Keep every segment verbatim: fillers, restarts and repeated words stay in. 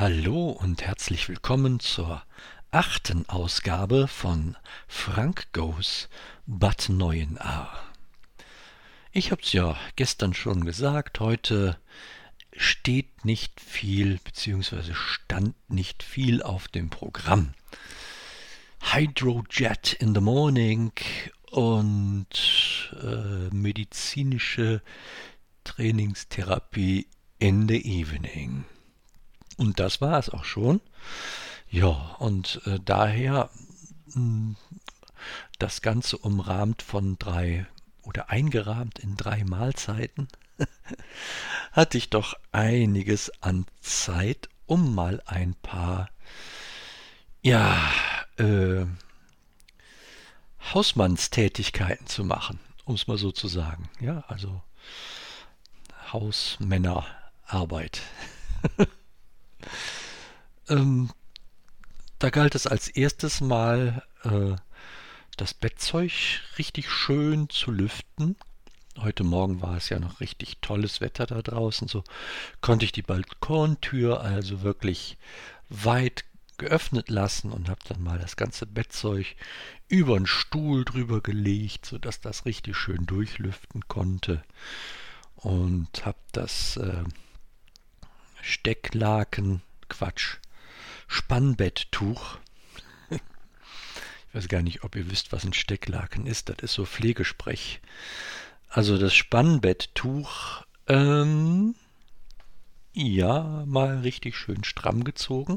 Hallo und herzlich willkommen zur achten Ausgabe von Frank Goes Bad Neuenahr. Ich hab's ja gestern schon gesagt, heute steht nicht viel bzw. stand nicht viel auf dem Programm. Hydrojet in the morning und äh, medizinische Trainingstherapie in the evening. Und das war es auch schon. Ja, und äh, daher mh, das Ganze umrahmt von drei oder eingerahmt in drei Mahlzeiten, hatte ich doch einiges an Zeit, um mal ein paar, ja, äh, Hausmannstätigkeiten zu machen, um es mal so zu sagen. Ja, also Hausmännerarbeit. ähm, Da galt es als erstes Mal, äh, das Bettzeug richtig schön zu lüften. Heute Morgen war es ja noch richtig tolles Wetter da draußen, so konnte ich die Balkontür also wirklich weit geöffnet lassen und habe dann mal das ganze Bettzeug über den Stuhl drüber gelegt, sodass das richtig schön durchlüften konnte und habe das äh, Stecklaken, Quatsch, Spannbetttuch. Ich weiß gar nicht, ob ihr wisst, was ein Stecklaken ist. Das ist so Pflegesprech. Also das Spannbetttuch, ähm, ja, mal richtig schön stramm gezogen.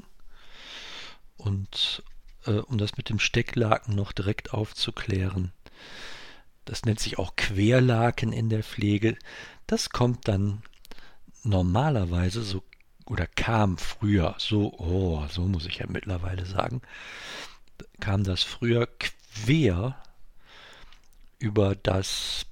Und äh, um das mit dem Stecklaken noch direkt aufzuklären, das nennt sich auch Querlaken in der Pflege. Das kommt dann normalerweise so oder kam früher so, oh, so muss ich ja mittlerweile sagen, kam das früher quer über das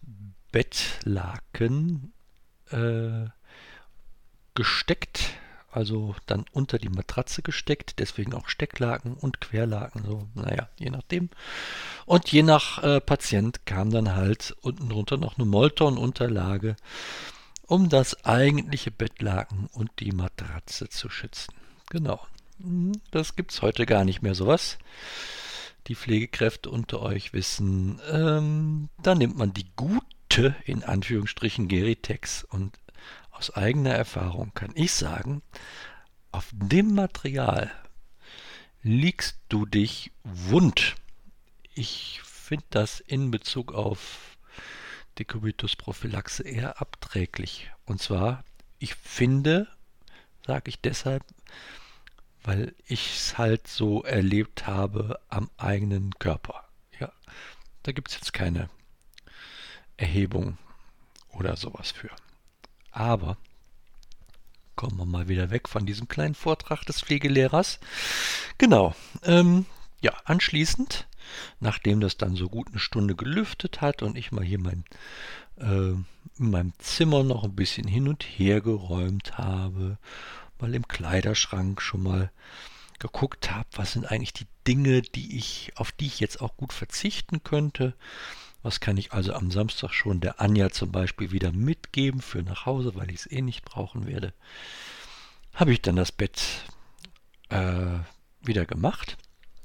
Bettlaken äh, gesteckt, also dann unter die Matratze gesteckt, deswegen auch Stecklaken und Querlaken, so, naja, je nachdem. Und je nach äh, Patient kam dann halt unten drunter noch eine Molton-Unterlage, um das eigentliche Bettlaken und die Matratze zu schützen. Genau. Das gibt's heute gar nicht mehr sowas. Die Pflegekräfte unter euch wissen, ähm, da nimmt man die gute, in Anführungsstrichen, Geritex. Und aus eigener Erfahrung kann ich sagen, auf dem Material liegst du dich wund. Ich finde das in Bezug auf Dekubitus-Prophylaxe eher abträglich. Und zwar, ich finde, sage ich deshalb, weil ich es halt so erlebt habe am eigenen Körper. Ja, da gibt es jetzt keine Erhebung oder sowas für. Aber kommen wir mal wieder weg von diesem kleinen Vortrag des Pflegelehrers. Genau. Ähm, ja, anschließend, nachdem das dann so gut eine Stunde gelüftet hat und ich mal hier mein, äh, in meinem Zimmer noch ein bisschen hin und her geräumt habe, mal im Kleiderschrank schon mal geguckt habe, was sind eigentlich die Dinge, die ich, auf die ich jetzt auch gut verzichten könnte. Was kann ich also am Samstag schon der Anja zum Beispiel wieder mitgeben für nach Hause, weil ich es eh nicht brauchen werde. Habe ich dann das Bett äh, wieder gemacht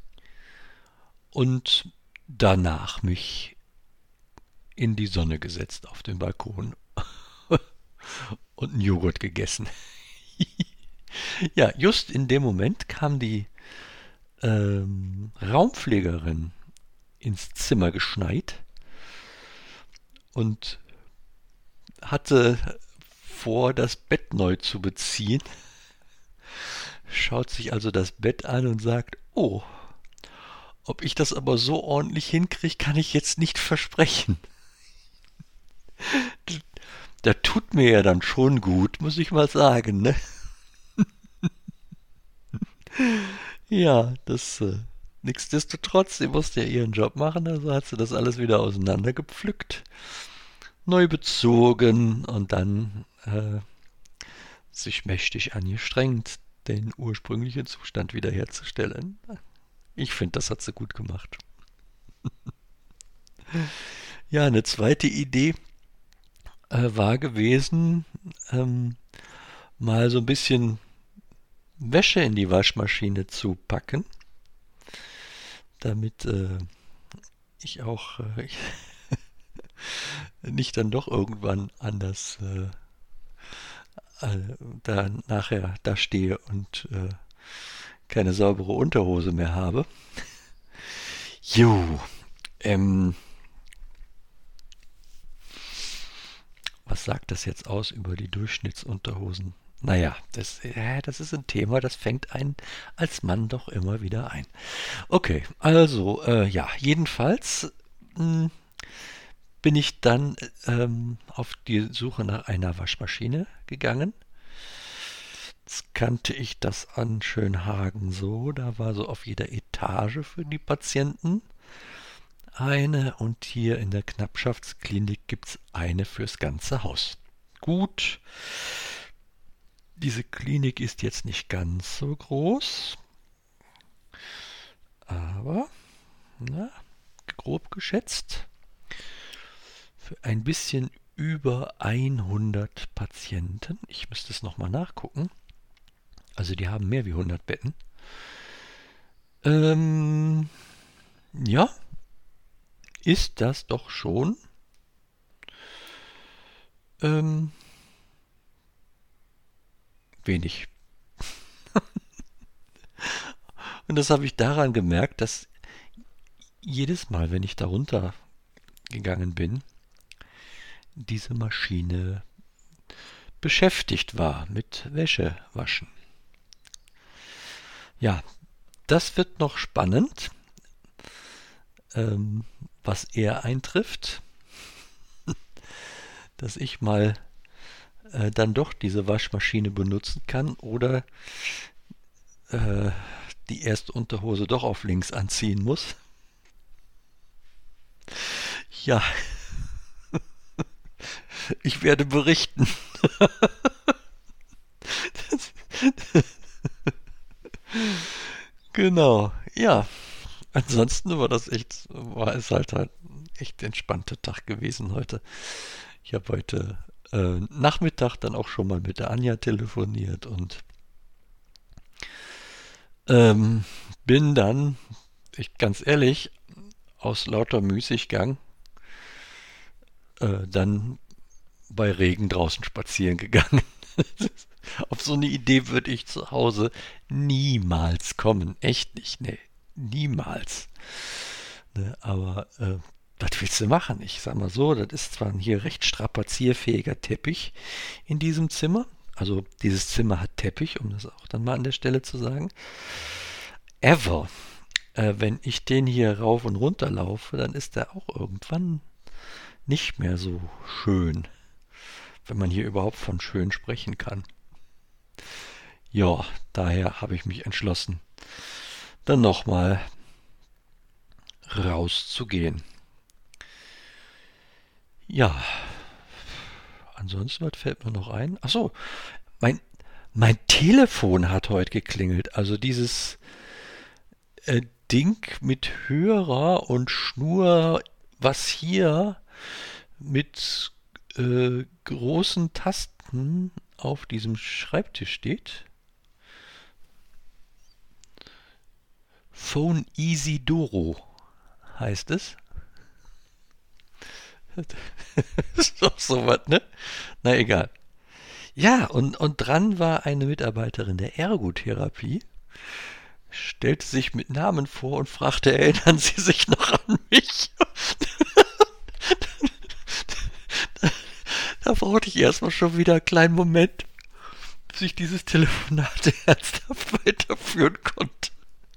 und danach mich in die Sonne gesetzt auf den Balkon und einen Joghurt gegessen. Ja, just in dem Moment kam die ähm, Raumpflegerin ins Zimmer geschneit und hatte vor, das Bett neu zu beziehen, schaut sich also das Bett an und sagt, oh, ob ich das aber so ordentlich hinkriege, kann ich jetzt nicht versprechen. Da tut mir ja dann schon gut, muss ich mal sagen, ne? Ja, das äh, nichtsdestotrotz, sie musste ja ihren Job machen, also hat sie das alles wieder auseinandergepflückt, neu bezogen und dann äh, sich mächtig angestrengt, den ursprünglichen Zustand wiederherzustellen. Ich finde, das hat sie gut gemacht. Ja, eine zweite Idee äh, war gewesen, ähm, mal so ein bisschen Wäsche in die Waschmaschine zu packen, damit äh, ich auch äh, ich nicht dann doch irgendwann anders äh, äh, da nachher da stehe und äh, keine saubere Unterhose mehr habe. Jo, ähm, was sagt das jetzt aus über die Durchschnittsunterhosen? Naja, das, äh, das ist ein Thema, das fängt einen als Mann doch immer wieder ein. Okay, also, äh, ja, jedenfalls mh, bin ich dann ähm, auf die Suche nach einer Waschmaschine gegangen. Jetzt kannte ich das an Schönhagen so, da war so auf jeder Etage für die Patienten eine und hier in der Knappschaftsklinik gibt es eine fürs ganze Haus. Gut, diese Klinik ist jetzt nicht ganz so groß, aber na, grob geschätzt für ein bisschen über hundert Patienten. Ich müsste es nochmal nachgucken. Also die haben mehr wie hundert Betten. Ähm, ja, ist das doch schon ähm, wenig. Und das habe ich daran gemerkt, dass jedes Mal, wenn ich darunter gegangen bin, diese Maschine beschäftigt war mit Wäschewaschen. Ja, das wird noch spannend, ähm, was er eintrifft, dass ich mal äh, dann doch diese Waschmaschine benutzen kann oder äh, die erste Unterhose doch auf links anziehen muss. Ja, ich werde berichten. Genau, ja. Ansonsten war das echt, war es halt halt echt entspannter Tag gewesen heute. Ich habe heute äh, Nachmittag dann auch schon mal mit der Anja telefoniert und ähm, bin dann, ich ganz ehrlich, aus lauter Müßiggang äh, dann bei Regen draußen spazieren gegangen. Auf so eine Idee würde ich zu Hause niemals kommen. Echt nicht, ne. Niemals. Ne, aber äh, was willst du machen? Ich sag mal so, das ist zwar ein hier recht strapazierfähiger Teppich in diesem Zimmer. Also dieses Zimmer hat Teppich, um das auch dann mal an der Stelle zu sagen. Ever, äh, wenn ich den hier rauf und runter laufe, dann ist der auch irgendwann nicht mehr so schön, wenn man hier überhaupt von schön sprechen kann. Ja, daher habe ich mich entschlossen, dann nochmal rauszugehen. Ja, ansonsten, was fällt mir noch ein? Ach so, mein, mein Telefon hat heute geklingelt. Also dieses äh, Ding mit Hörer und Schnur, was hier mit äh, großen Tasten auf diesem Schreibtisch steht. Phone Easy Doro heißt es. Ist doch sowas, ne? Na egal. Ja, und, und dran war eine Mitarbeiterin der Ergotherapie, stellte sich mit Namen vor und fragte, erinnern Sie sich noch an mich? Da brauchte ich erstmal schon wieder einen kleinen Moment, bis ich dieses Telefonat ernsthaft weiterführen konnte.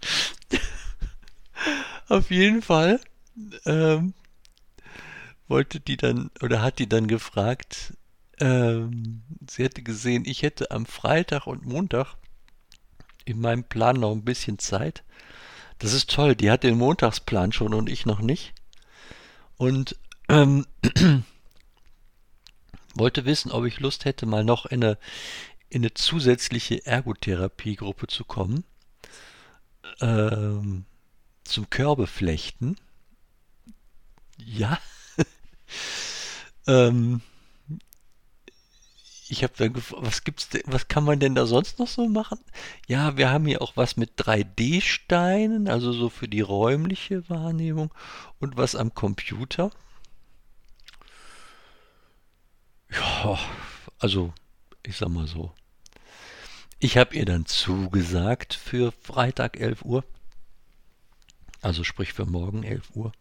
Auf jeden Fall ähm, wollte die dann, oder hat die dann gefragt, ähm, sie hätte gesehen, ich hätte am Freitag und Montag in meinem Plan noch ein bisschen Zeit. Das ist toll, die hat den Montagsplan schon und ich noch nicht. Und ähm, wollte wissen, ob ich Lust hätte, mal noch in eine, in eine zusätzliche Ergotherapiegruppe zu kommen. Ähm, zum Körbeflechten. Ja. ähm, ich habe dann gefragt, was gibt's denn, was kann man denn da sonst noch so machen? Ja, wir haben hier auch was mit drei D-Steinen, also so für die räumliche Wahrnehmung und was am Computer. Ja, also ich sag mal so. Ich habe ihr dann zugesagt für Freitag elf Uhr, also sprich für morgen elf Uhr.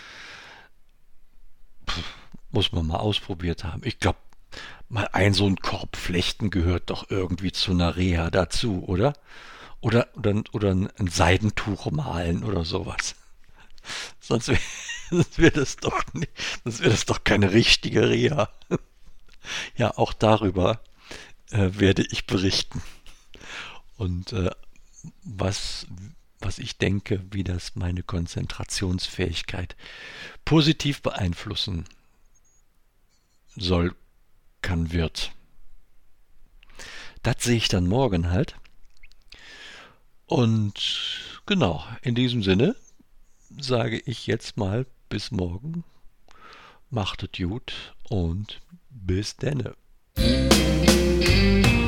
Muss man mal ausprobiert haben. Ich glaube, mal ein so ein Korb flechten gehört doch irgendwie zu einer Reha dazu, oder? Oder, oder, oder ein Seidentuch malen oder sowas. Sonst wäre wär das doch nicht, sonst wäre das doch keine richtige Reha. Ja, auch darüber äh, werde ich berichten. Und äh, was, was ich denke, wie das meine Konzentrationsfähigkeit positiv beeinflussen soll, kann, wird. Das sehe ich dann morgen halt. Und genau, in diesem Sinne sage ich jetzt mal bis morgen. Macht es gut und bis denne.